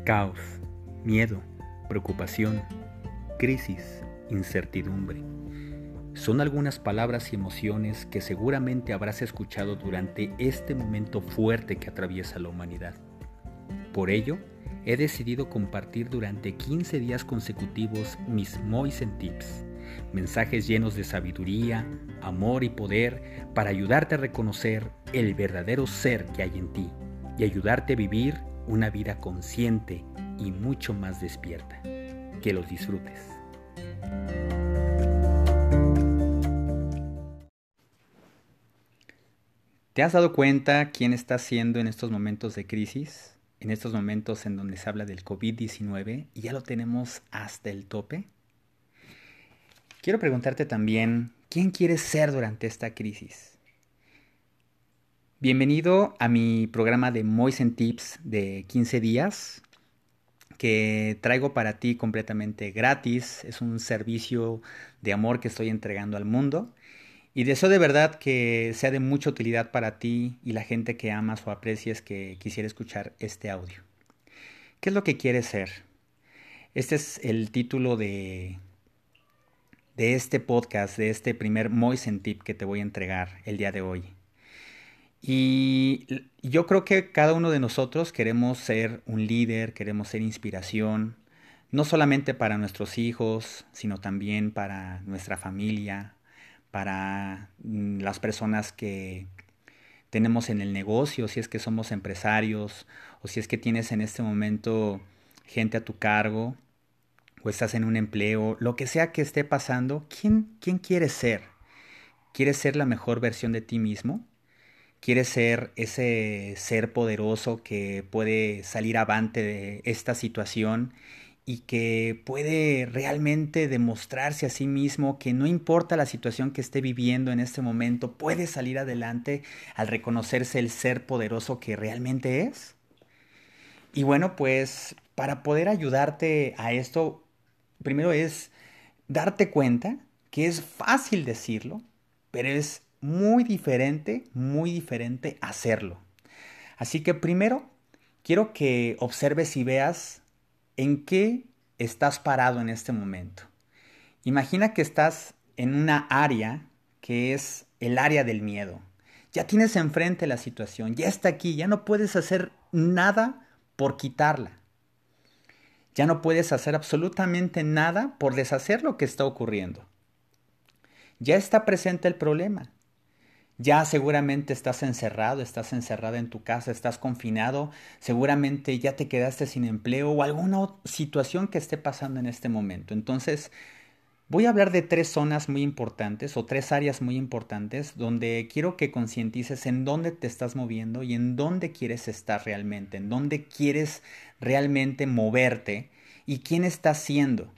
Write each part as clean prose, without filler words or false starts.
Caos, miedo, preocupación, crisis, incertidumbre. Son algunas palabras y emociones que seguramente habrás escuchado durante este momento fuerte que atraviesa la humanidad. Por ello, he decidido compartir durante 15 días consecutivos mis Moisen Tips, mensajes llenos de sabiduría, amor y poder para ayudarte a reconocer el verdadero ser que hay en ti y ayudarte a vivir una vida consciente y mucho más despierta. Que los disfrutes. ¿Te has dado cuenta quién está siendo en estos momentos de crisis? En estos momentos en donde se habla del COVID-19 y ya lo tenemos hasta el tope. Quiero preguntarte también, ¿quién quieres ser durante esta crisis? Bienvenido a mi programa de Moisen Tips de 15 días que traigo para ti completamente gratis. Es un servicio de amor que estoy entregando al mundo. Y deseo de verdad que sea de mucha utilidad para ti y la gente que amas o aprecies que quisiera escuchar este audio. ¿Qué es lo que quieres ser? Este es el título de este podcast, de este primer Moisen Tip que te voy a entregar el día de hoy. Y yo creo que cada uno de nosotros queremos ser un líder, queremos ser inspiración, no solamente para nuestros hijos, sino también para nuestra familia, para las personas que tenemos en el negocio, si es que somos empresarios o si es que tienes en este momento gente a tu cargo o estás en un empleo, lo que sea que esté pasando, ¿quién quieres ser? ¿Quieres ser la mejor versión de ti mismo? ¿Quieres ser ese ser poderoso que puede salir avante de esta situación y que puede realmente demostrarse a sí mismo que no importa la situación que esté viviendo en este momento, puede salir adelante al reconocerse el ser poderoso que realmente es? Y bueno, pues para poder ayudarte a esto, primero es darte cuenta que es fácil decirlo, pero es muy diferente hacerlo. Así que primero quiero que observes y veas en qué estás parado en este momento. Imagina que estás en una área que es el área del miedo. Ya tienes enfrente la situación, ya está aquí, ya no puedes hacer nada por quitarla. Ya no puedes hacer absolutamente nada por deshacer lo que está ocurriendo. Ya está presente el problema. Ya seguramente estás encerrado, estás encerrada en tu casa, estás confinado, seguramente ya te quedaste sin empleo o alguna situación que esté pasando en este momento. Entonces, voy a hablar de 3 zonas muy importantes o 3 áreas muy importantes donde quiero que concientices en dónde te estás moviendo y en dónde quieres estar realmente, en dónde quieres realmente moverte y quién estás siendo.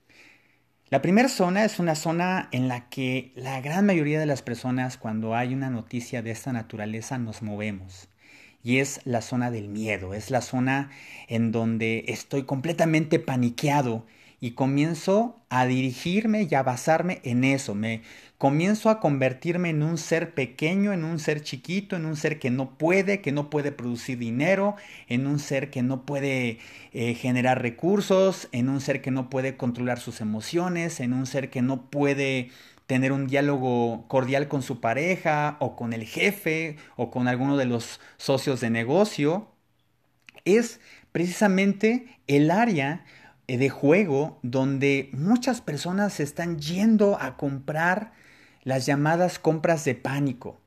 La primera zona es una zona en la que la gran mayoría de las personas cuando hay una noticia de esta naturaleza nos movemos. Y es la zona del miedo, es la zona en donde estoy completamente paniqueado y comienzo a dirigirme y a basarme en eso. Me comienzo a convertirme en un ser pequeño, en un ser chiquito, en un ser que no puede producir dinero, en un ser que no puede generar recursos, en un ser que no puede controlar sus emociones, en un ser que no puede tener un diálogo cordial con su pareja o con el jefe o con alguno de los socios de negocio. Es precisamente el área de juego donde muchas personas están yendo a comprar las llamadas compras de pánico.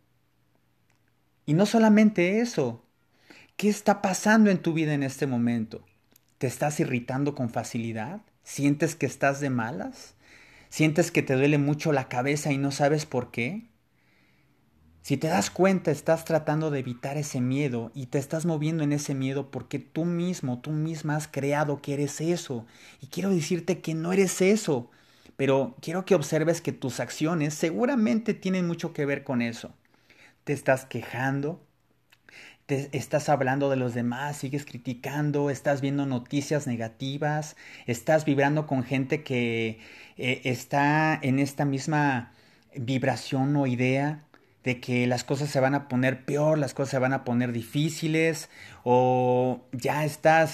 Y no solamente eso, ¿qué está pasando en tu vida en este momento? ¿Te estás irritando con facilidad? ¿Sientes que estás de malas? ¿Sientes que te duele mucho la cabeza y no sabes por qué? Si te das cuenta, estás tratando de evitar ese miedo y te estás moviendo en ese miedo porque tú mismo, tú misma has creado que eres eso. Y quiero decirte que no eres eso, pero quiero que observes que tus acciones seguramente tienen mucho que ver con eso. Te estás quejando, te estás hablando de los demás, sigues criticando, estás viendo noticias negativas, estás vibrando con gente que está en esta misma vibración o idea de que las cosas se van a poner peor, las cosas se van a poner difíciles, o ya estás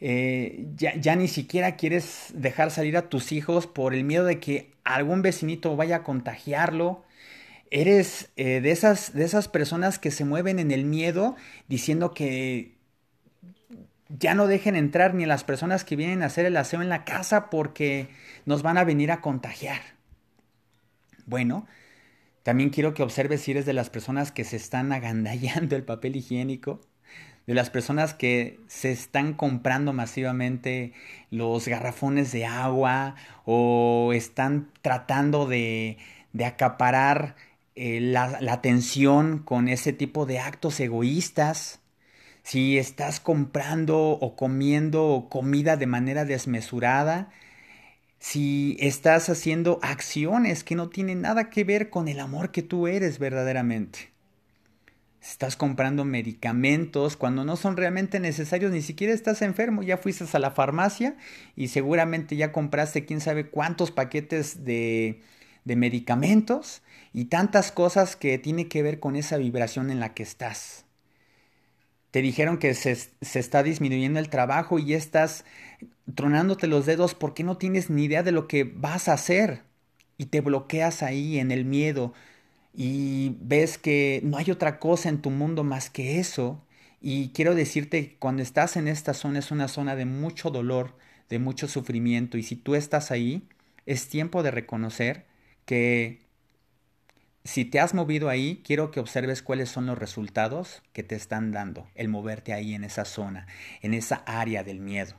ya ni siquiera quieres dejar salir a tus hijos por el miedo de que algún vecinito vaya a contagiarlo. Eres de esas personas que se mueven en el miedo diciendo que ya no dejen entrar ni a las personas que vienen a hacer el aseo en la casa porque nos van a venir a contagiar. Bueno, también quiero que observes si eres de las personas que se están agandallando el papel higiénico, de las personas que se están comprando masivamente los garrafones de agua o están tratando de acaparar la atención con ese tipo de actos egoístas. Si estás comprando o comiendo comida de manera desmesurada, si estás haciendo acciones que no tienen nada que ver con el amor que tú eres verdaderamente. Estás comprando medicamentos cuando no son realmente necesarios, ni siquiera estás enfermo, ya fuiste a la farmacia y seguramente ya compraste quién sabe cuántos paquetes de medicamentos y tantas cosas que tiene que ver con esa vibración en la que estás. Te dijeron que se está disminuyendo el trabajo y ya estás tronándote los dedos porque no tienes ni idea de lo que vas a hacer y te bloqueas ahí en el miedo y ves que no hay otra cosa en tu mundo más que eso. Y quiero decirte que cuando estás en esta zona es una zona de mucho dolor, de mucho sufrimiento y si tú estás ahí, es tiempo de reconocer que si te has movido ahí, quiero que observes cuáles son los resultados que te están dando el moverte ahí en esa zona, en esa área del miedo.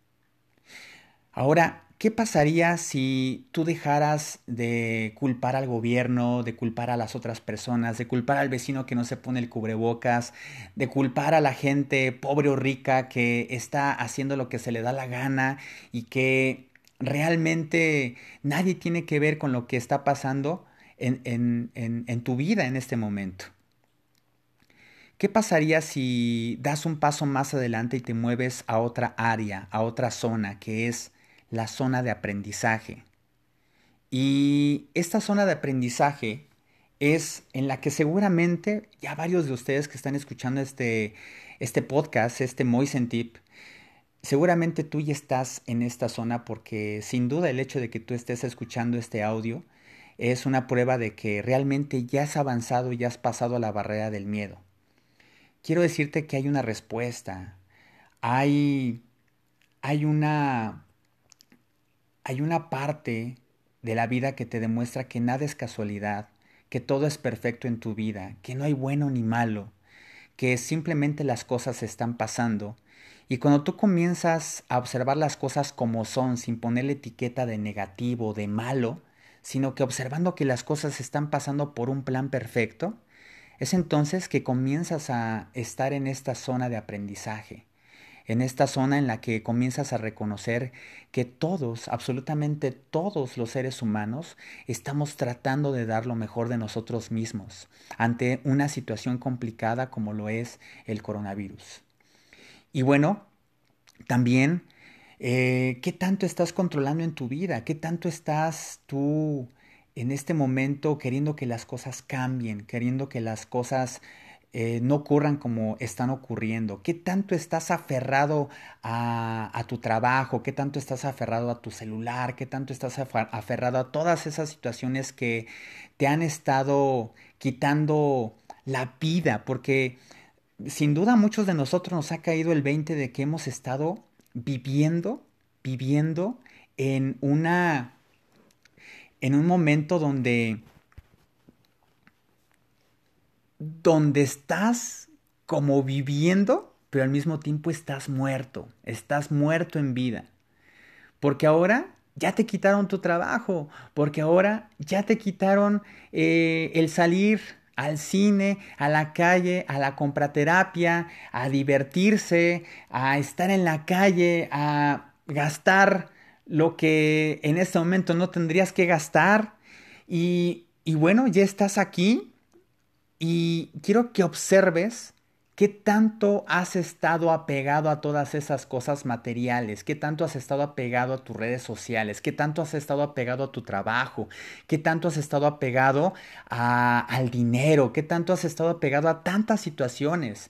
Ahora, ¿qué pasaría si tú dejaras de culpar al gobierno, de culpar a las otras personas, de culpar al vecino que no se pone el cubrebocas, de culpar a la gente pobre o rica que está haciendo lo que se le da la gana y que realmente nadie tiene que ver con lo que está pasando en tu vida en este momento? ¿Qué pasaría si das un paso más adelante y te mueves a otra área, a otra zona, que es la zona de aprendizaje? Y esta zona de aprendizaje es en la que seguramente ya varios de ustedes que están escuchando este podcast, este Moisen Tip, seguramente tú ya estás en esta zona porque sin duda el hecho de que tú estés escuchando este audio es una prueba de que realmente ya has avanzado y ya has pasado la barrera del miedo. Quiero decirte que hay una respuesta, hay, hay una, hay una parte de la vida que te demuestra que nada es casualidad, que todo es perfecto en tu vida, que no hay bueno ni malo, que simplemente las cosas están pasando. Y cuando tú comienzas a observar las cosas como son, sin ponerle etiqueta de negativo, de malo, sino que observando que las cosas están pasando por un plan perfecto, es entonces que comienzas a estar en esta zona de aprendizaje, en esta zona en la que comienzas a reconocer que todos, absolutamente todos los seres humanos, estamos tratando de dar lo mejor de nosotros mismos ante una situación complicada como lo es el coronavirus. Y bueno, también, ¿qué tanto estás controlando en tu vida? ¿Qué tanto estás tú en este momento queriendo que las cosas cambien, queriendo que las cosas no ocurran como están ocurriendo? ¿Qué tanto estás aferrado a tu trabajo? ¿Qué tanto estás aferrado a tu celular? ¿Qué tanto estás aferrado a todas esas situaciones que te han estado quitando la vida? Porque sin duda a muchos de nosotros nos ha caído el 20 de que hemos estado viviendo en en un momento donde estás como viviendo, pero al mismo tiempo estás muerto en vida. Porque ahora ya te quitaron tu trabajo, porque ahora ya te quitaron el salir al cine, a la calle, a la compraterapia, a divertirse, a estar en la calle, a gastar lo que en este momento no tendrías que gastar. Y bueno, ya estás aquí y quiero que observes qué tanto has estado apegado a todas esas cosas materiales, qué tanto has estado apegado a tus redes sociales, qué tanto has estado apegado a tu trabajo, qué tanto has estado apegado al dinero, qué tanto has estado apegado a tantas situaciones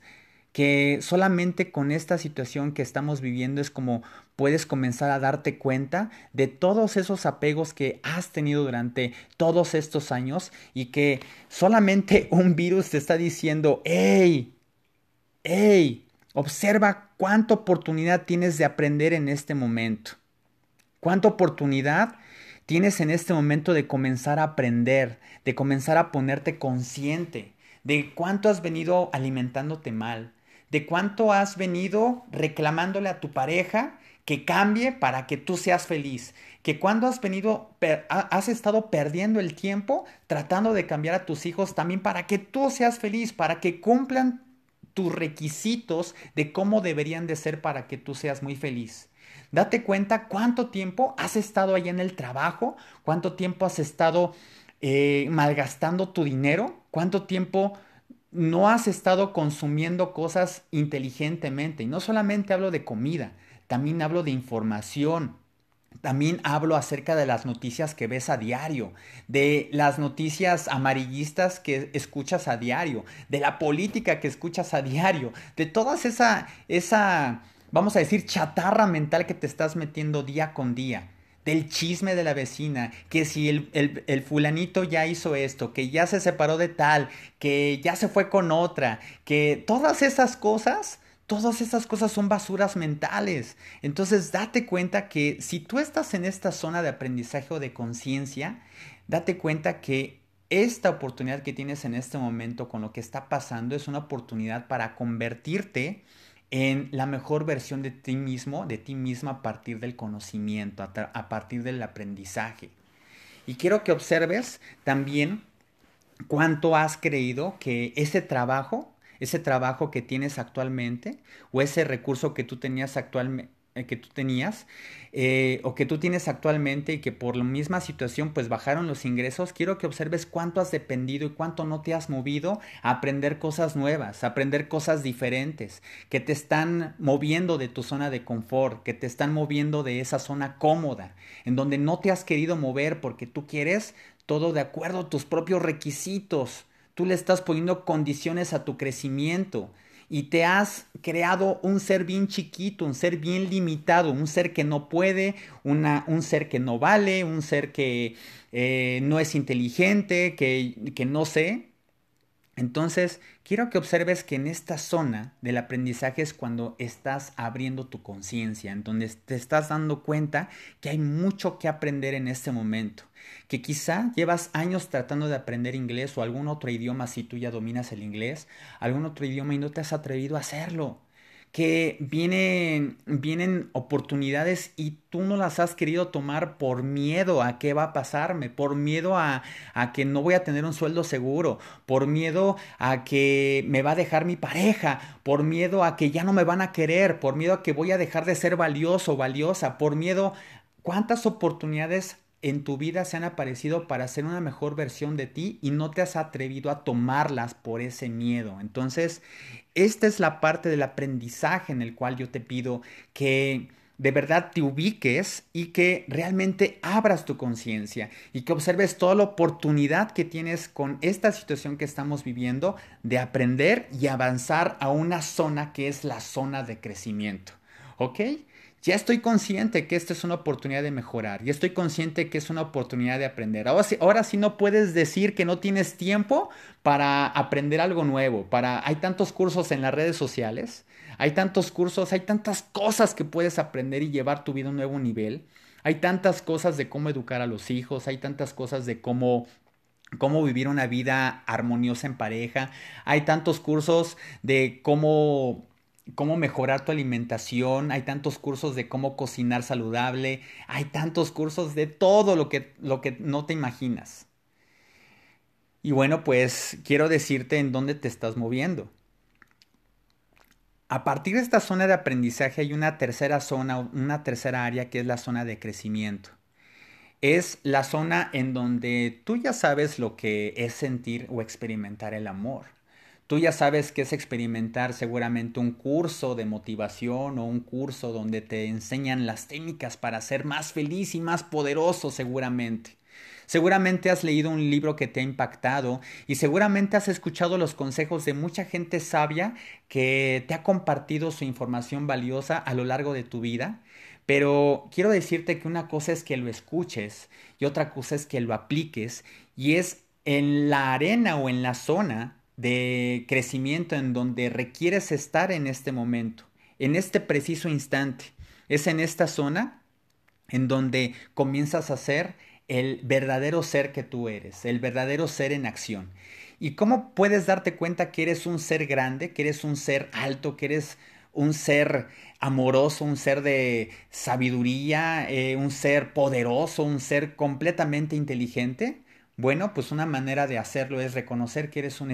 que solamente con esta situación que estamos viviendo es como puedes comenzar a darte cuenta de todos esos apegos que has tenido durante todos estos años y que solamente un virus te está diciendo, hey, hey, observa cuánta oportunidad tienes de aprender en este momento. ¿Cuánta oportunidad tienes en este momento de comenzar a aprender, de comenzar a ponerte consciente de cuánto has venido alimentándote mal, de cuánto has venido reclamándole a tu pareja que cambie para que tú seas feliz, que cuando has estado perdiendo el tiempo tratando de cambiar a tus hijos también para que tú seas feliz, para que cumplan tus requisitos de cómo deberían de ser para que tú seas muy feliz. Date cuenta cuánto tiempo has estado ahí en el trabajo, cuánto tiempo has estado malgastando tu dinero, cuánto tiempo no has estado consumiendo cosas inteligentemente. Y no solamente hablo de comida, también hablo de información. También hablo acerca de las noticias que ves a diario, de las noticias amarillistas que escuchas a diario, de la política que escuchas a diario, de toda esa, vamos a decir, chatarra mental que te estás metiendo día con día. Del chisme de la vecina, que si el fulanito ya hizo esto, que ya se separó de tal, que ya se fue con otra, que todas esas cosas son basuras mentales. Entonces, date cuenta que si tú estás en esta zona de aprendizaje o de conciencia, date cuenta que esta oportunidad que tienes en este momento con lo que está pasando es una oportunidad para convertirte en la mejor versión de ti mismo, de ti misma a partir del conocimiento, a partir del aprendizaje. Y quiero que observes también cuánto has creído que ese trabajo que tienes actualmente, o ese recurso que tú tenías actualmente, o que tú tienes actualmente y que por la misma situación pues bajaron los ingresos, quiero que observes cuánto has dependido y cuánto no te has movido a aprender cosas nuevas, a aprender cosas diferentes, que te están moviendo de tu zona de confort, que te están moviendo de esa zona cómoda, en donde no te has querido mover porque tú quieres todo de acuerdo a tus propios requisitos. Tú le estás poniendo condiciones a tu crecimiento y te has creado un ser bien chiquito, un ser bien limitado, un ser que no puede, un ser que no vale, un ser que no es inteligente, que no sé. Entonces, quiero que observes que en esta zona del aprendizaje es cuando estás abriendo tu conciencia, en donde te estás dando cuenta que hay mucho que aprender en este momento, que quizá llevas años tratando de aprender inglés o algún otro idioma si tú ya dominas el inglés, algún otro idioma y no te has atrevido a hacerlo, que vienen oportunidades y tú no las has querido tomar por miedo a qué va a pasarme, por miedo a que no voy a tener un sueldo seguro, por miedo a que me va a dejar mi pareja, por miedo a que ya no me van a querer, por miedo a que voy a dejar de ser valioso o valiosa, por miedo. ¿Cuántas oportunidades en tu vida se han aparecido para ser una mejor versión de ti y no te has atrevido a tomarlas por ese miedo? Entonces, esta es la parte del aprendizaje en el cual yo te pido que de verdad te ubiques y que realmente abras tu conciencia y que observes toda la oportunidad que tienes con esta situación que estamos viviendo de aprender y avanzar a una zona que es la zona de crecimiento. ¿Ok? Ya estoy consciente que esta es una oportunidad de mejorar, ya estoy consciente que es una oportunidad de aprender. Ahora sí no puedes decir que no tienes tiempo para aprender algo nuevo, hay tantos cursos en las redes sociales, hay tantos cursos, hay tantas cosas que puedes aprender y llevar tu vida a un nuevo nivel. Hay tantas cosas de cómo educar a los hijos, hay tantas cosas de cómo vivir una vida armoniosa en pareja. Hay tantos cursos de cómo mejorar tu alimentación, hay tantos cursos de cómo cocinar saludable, hay tantos cursos de todo lo que no te imaginas. Y bueno, pues quiero decirte en dónde te estás moviendo. A partir de esta zona de aprendizaje hay una tercera zona, una tercera área que es la zona de crecimiento. Es la zona en donde tú ya sabes lo que es sentir o experimentar el amor. Tú ya sabes qué es experimentar seguramente un curso de motivación o un curso donde te enseñan las técnicas para ser más feliz y más poderoso seguramente. Seguramente has leído un libro que te ha impactado y seguramente has escuchado los consejos de mucha gente sabia que te ha compartido su información valiosa a lo largo de tu vida. Pero quiero decirte que una cosa es que lo escuches y otra cosa es que lo apliques y es en la arena o en la zona de crecimiento en donde requieres estar en este momento, en este preciso instante. Es en esta zona en donde comienzas a ser el verdadero ser que tú eres, el verdadero ser en acción. ¿Y cómo puedes darte cuenta que eres un ser grande, que eres un ser alto, que eres un ser amoroso, un ser de sabiduría, un ser poderoso, un ser completamente inteligente? Bueno, pues una manera de hacerlo es reconocer que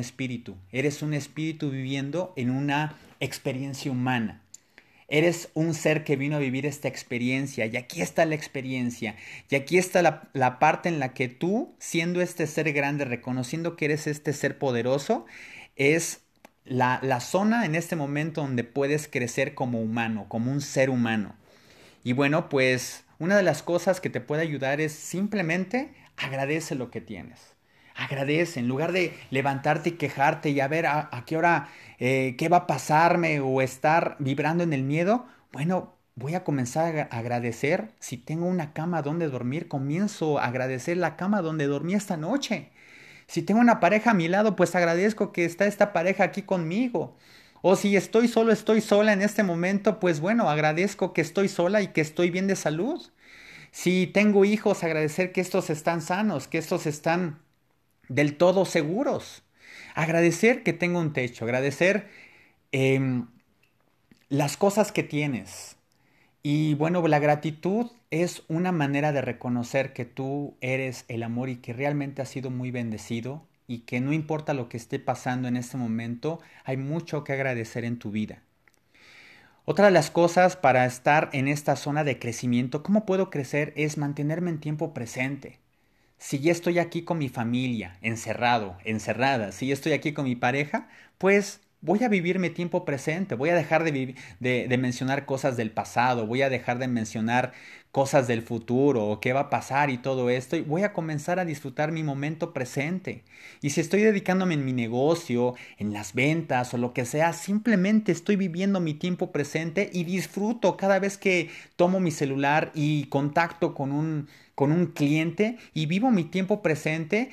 eres un espíritu viviendo en una experiencia humana. Eres un ser que vino a vivir esta experiencia y aquí está la experiencia y aquí está la parte en la que tú, siendo este ser grande, reconociendo que eres este ser poderoso, es la zona en este momento donde puedes crecer como humano, como un ser humano. Y bueno, pues una de las cosas que te puede ayudar es simplemente agradece lo que tienes. Agradece, en lugar de levantarte y quejarte y a ver a qué hora, qué va a pasarme o estar vibrando en el miedo, bueno, voy a comenzar a agradecer. Si tengo una cama donde dormir, comienzo a agradecer la cama donde dormí esta noche. Si tengo una pareja a mi lado, pues agradezco que está esta pareja aquí conmigo. O si estoy solo, estoy sola en este momento, pues bueno, agradezco que estoy sola y que estoy bien de salud. Si tengo hijos, agradecer que estos están sanos, que estos están del todo seguros. Agradecer que tengo un techo, agradecer em, las cosas que tienes. Y bueno, la gratitud es una manera de reconocer que tú eres el amor y que realmente has sido muy bendecido y que no importa lo que esté pasando en este momento, hay mucho que agradecer en tu vida. Otra de las cosas para estar en esta zona de crecimiento, ¿cómo puedo crecer? Es mantenerme en tiempo presente. Si ya estoy aquí con mi familia, encerrado, encerrada, si ya estoy aquí con mi pareja, pues voy a vivir mi tiempo presente, voy a dejar de mencionar cosas del pasado, voy a dejar de mencionar cosas del futuro o qué va a pasar y todo esto, y voy a comenzar a disfrutar mi momento presente. Y si estoy dedicándome en mi negocio, en las ventas o lo que sea, simplemente estoy viviendo mi tiempo presente y disfruto cada vez que tomo mi celular y contacto con un cliente y vivo mi tiempo presente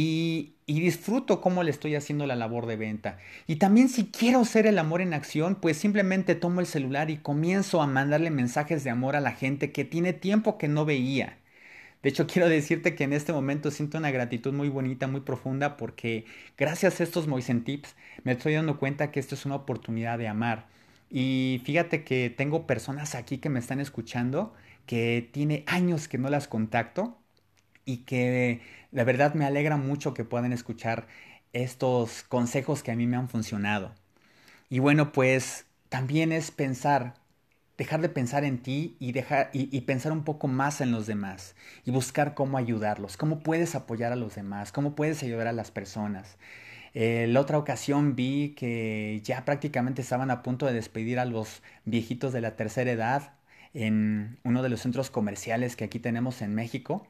y disfruto cómo le estoy haciendo la labor de venta. Y también si quiero ser el amor en acción, pues simplemente tomo el celular y comienzo a mandarle mensajes de amor a la gente que tiene tiempo que no veía. De hecho, quiero decirte que en este momento siento una gratitud muy bonita, muy profunda, porque gracias a estos Moisen Tips me estoy dando cuenta que esto es una oportunidad de amar. Y fíjate que tengo personas aquí que me están escuchando que tiene años que no las contacto y que la verdad me alegra mucho que puedan escuchar estos consejos que a mí me han funcionado. Y bueno, pues también es pensar, dejar de pensar en ti y, y pensar un poco más en los demás y buscar cómo ayudarlos, cómo puedes apoyar a los demás, cómo puedes ayudar a las personas. La otra ocasión vi que ya prácticamente estaban a punto de despedir a los viejitos de la tercera edad en uno de los centros comerciales que aquí tenemos en México.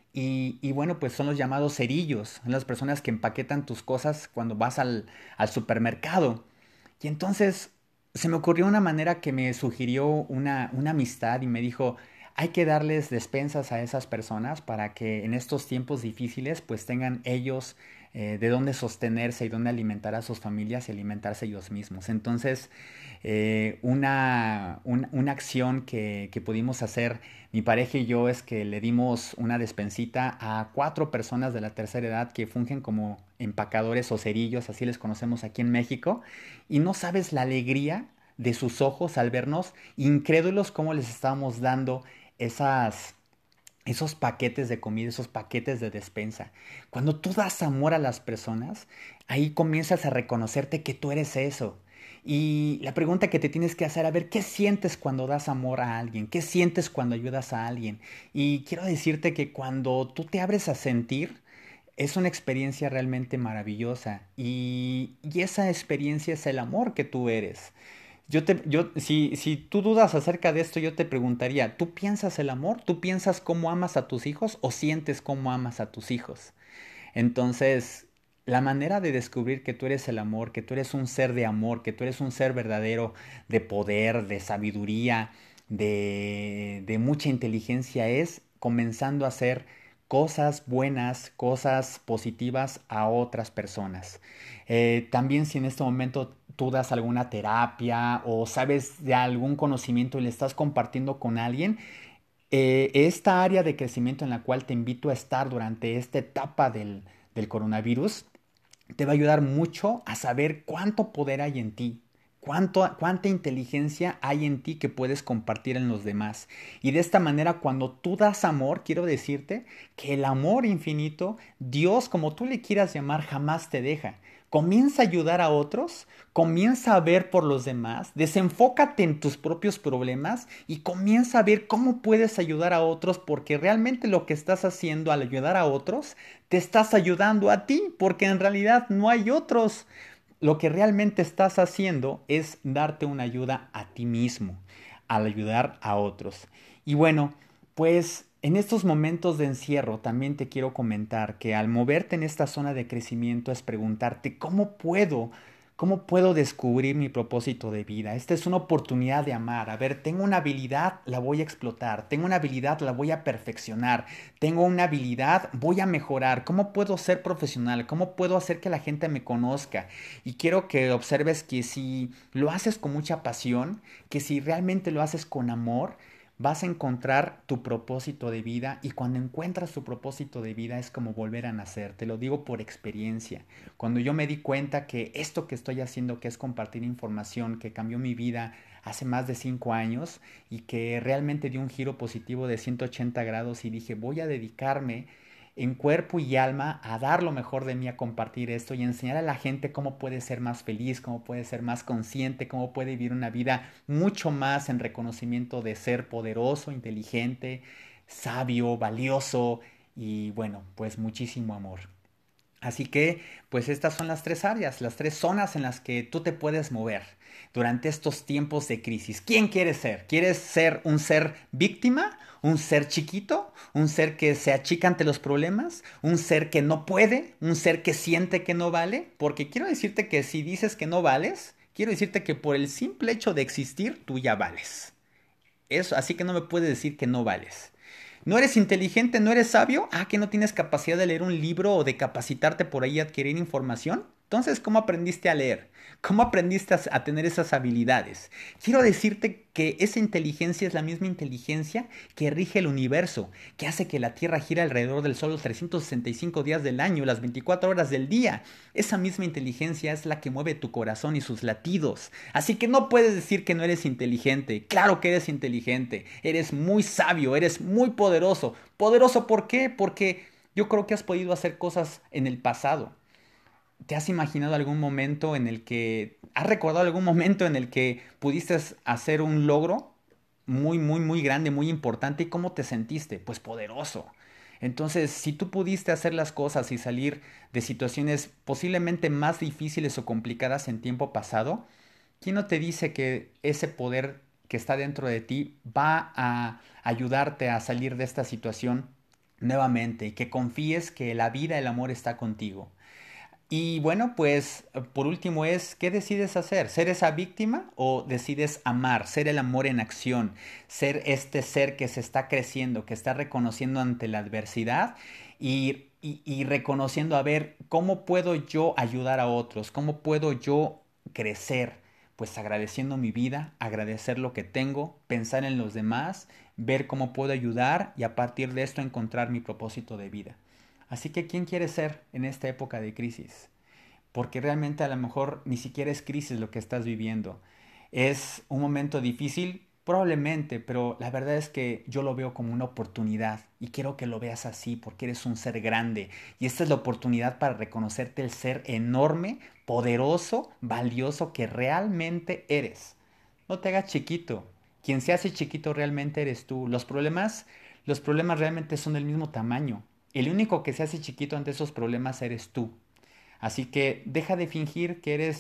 Y bueno, pues son los llamados cerillos, son las personas que empaquetan tus cosas cuando vas al supermercado. Y entonces se me ocurrió una manera que me sugirió una amistad y me dijo, hay que darles despensas a esas personas para que en estos tiempos difíciles pues tengan ellos de dónde sostenerse y dónde alimentar a sus familias y alimentarse ellos mismos. Entonces, una acción que pudimos hacer mi pareja y yo es que le dimos una despensita a 4 personas de la tercera edad que fungen como empacadores o cerillos, así les conocemos aquí en México, y no sabes la alegría de sus ojos al vernos incrédulos cómo les estábamos dando esos paquetes de comida, esos paquetes de despensa. Cuando tú das amor a las personas, ahí comienzas a reconocerte que tú eres eso. Y la pregunta que te tienes que hacer, a ver, ¿qué sientes cuando das amor a alguien? ¿Qué sientes cuando ayudas a alguien? Y quiero decirte que cuando tú te abres a sentir, es una experiencia realmente maravillosa. Y esa experiencia es el amor que tú eres. Si tú dudas acerca de esto, yo te preguntaría, ¿tú piensas el amor? ¿Tú piensas cómo amas a tus hijos o sientes cómo amas a tus hijos? Entonces, la manera de descubrir que tú eres el amor, que tú eres un ser de amor, que tú eres un ser verdadero de poder, de sabiduría, de mucha inteligencia, es comenzando a hacer cosas buenas, cosas positivas a otras personas. También si en este momento tú das alguna terapia o sabes de algún conocimiento y le estás compartiendo con alguien, esta área de crecimiento en la cual te invito a estar durante esta etapa del coronavirus te va a ayudar mucho a saber cuánto poder hay en ti, cuánta inteligencia hay en ti que puedes compartir en los demás. Y de esta manera, cuando tú das amor, quiero decirte que el amor infinito, Dios, como tú le quieras llamar, jamás te deja. Comienza a ayudar a otros, comienza a ver por los demás, desenfócate en tus propios problemas y comienza a ver cómo puedes ayudar a otros, porque realmente lo que estás haciendo al ayudar a otros, te estás ayudando a ti, porque en realidad no hay otros. Lo que realmente estás haciendo es darte una ayuda a ti mismo, al ayudar a otros. Y bueno, pues en estos momentos de encierro también te quiero comentar que al moverte en esta zona de crecimiento es preguntarte cómo puedo descubrir mi propósito de vida. Esta es una oportunidad de amar. A ver, tengo una habilidad, la voy a explotar. Tengo una habilidad, la voy a perfeccionar. Tengo una habilidad, voy a mejorar. ¿Cómo puedo ser profesional? ¿Cómo puedo hacer que la gente me conozca? Y quiero que observes que si lo haces con mucha pasión, que si realmente lo haces con amor, vas a encontrar tu propósito de vida y cuando encuentras tu propósito de vida es como volver a nacer. Te lo digo por experiencia. Cuando yo me di cuenta que esto que estoy haciendo, que es compartir información, que cambió mi vida hace más de 5 años y que realmente dio un giro positivo de 180 grados y dije, voy a dedicarme en cuerpo y alma a dar lo mejor de mí, a compartir esto y enseñar a la gente cómo puede ser más feliz, cómo puede ser más consciente, cómo puede vivir una vida mucho más en reconocimiento de ser poderoso, inteligente, sabio, valioso y bueno, pues muchísimo amor. Así que, pues estas son las tres áreas, las tres zonas en las que tú te puedes mover durante estos tiempos de crisis. ¿Quién quieres ser? ¿Quieres ser un ser víctima? ¿Un ser chiquito? ¿Un ser que se achica ante los problemas? ¿Un ser que no puede? ¿Un ser que siente que no vale? Porque quiero decirte que si dices que no vales, quiero decirte que por el simple hecho de existir, tú ya vales. Eso, así que no me puedes decir que no vales. ¿No eres inteligente? ¿No eres sabio? Ah, que no tienes capacidad de leer un libro o de capacitarte por ahí a adquirir información. Entonces, ¿cómo aprendiste a leer? ¿Cómo aprendiste a tener esas habilidades? Quiero decirte que esa inteligencia es la misma inteligencia que rige el universo, que hace que la Tierra gire alrededor del Sol los 365 días del año, las 24 horas del día. Esa misma inteligencia es la que mueve tu corazón y sus latidos. Así que no puedes decir que no eres inteligente. Claro que eres inteligente. Eres muy sabio, eres muy poderoso. ¿Poderoso por qué? Porque yo creo que has podido hacer cosas en el pasado. ¿Te has imaginado algún momento en el que, has recordado algún momento en el que pudiste hacer un logro muy, muy, muy grande, muy importante? ¿Y cómo te sentiste? Pues poderoso. Entonces, si tú pudiste hacer las cosas y salir de situaciones posiblemente más difíciles o complicadas en tiempo pasado, ¿quién no te dice que ese poder que está dentro de ti va a ayudarte a salir de esta situación nuevamente y que confíes que la vida, el amor está contigo? Y bueno, pues por último es, ¿qué decides hacer? ¿Ser esa víctima o decides amar, ser el amor en acción, ser este ser que se está creciendo, que está reconociendo ante la adversidad y reconociendo, a ver, ¿cómo puedo yo ayudar a otros? ¿Cómo puedo yo crecer? Pues agradeciendo mi vida, agradecer lo que tengo, pensar en los demás, ver cómo puedo ayudar y a partir de esto encontrar mi propósito de vida. Así que, ¿quién quiere ser en esta época de crisis? Porque realmente a lo mejor ni siquiera es crisis lo que estás viviendo. Es un momento difícil, probablemente, pero la verdad es que yo lo veo como una oportunidad y quiero que lo veas así porque eres un ser grande y esta es la oportunidad para reconocerte el ser enorme, poderoso, valioso que realmente eres. No te hagas chiquito. Quien se hace chiquito realmente eres tú. Los problemas realmente son del mismo tamaño. El único que se hace chiquito ante esos problemas eres tú. Así que deja de fingir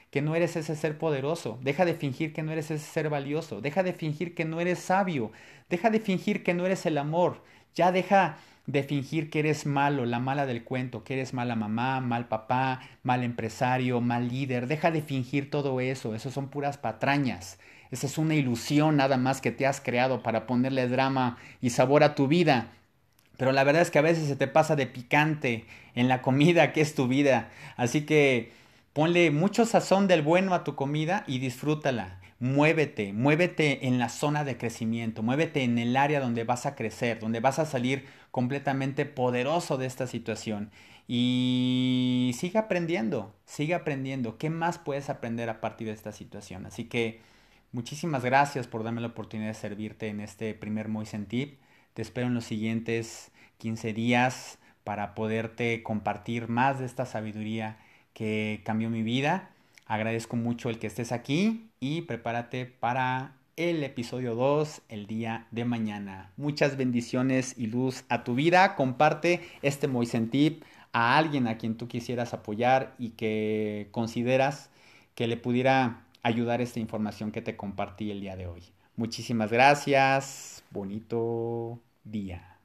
que no eres ese ser poderoso, deja de fingir que no eres ese ser valioso, deja de fingir que no eres sabio, deja de fingir que no eres el amor, ya deja de fingir que eres malo, la mala del cuento, que eres mala mamá, mal papá, mal empresario, mal líder, deja de fingir todo eso, eso son puras patrañas. Esa es una ilusión nada más que te has creado para ponerle drama y sabor a tu vida. Pero la verdad es que a veces se te pasa de picante en la comida que es tu vida. Así que ponle mucho sazón del bueno a tu comida y disfrútala. Muévete, muévete en la zona de crecimiento, muévete en el área donde vas a crecer, donde vas a salir completamente poderoso de esta situación. Y sigue aprendiendo, sigue aprendiendo. ¿Qué más puedes aprender a partir de esta situación? Así que muchísimas gracias por darme la oportunidad de servirte en este primer Moisen Tip. Te espero en los siguientes 15 días para poderte compartir más de esta sabiduría que cambió mi vida. Agradezco mucho el que estés aquí y prepárate para el episodio 2 el día de mañana. Muchas bendiciones y luz a tu vida. Comparte este Moisen Tip a alguien a quien tú quisieras apoyar y que consideras que le pudiera ayudar esta información que te compartí el día de hoy. Muchísimas gracias. Bonito día.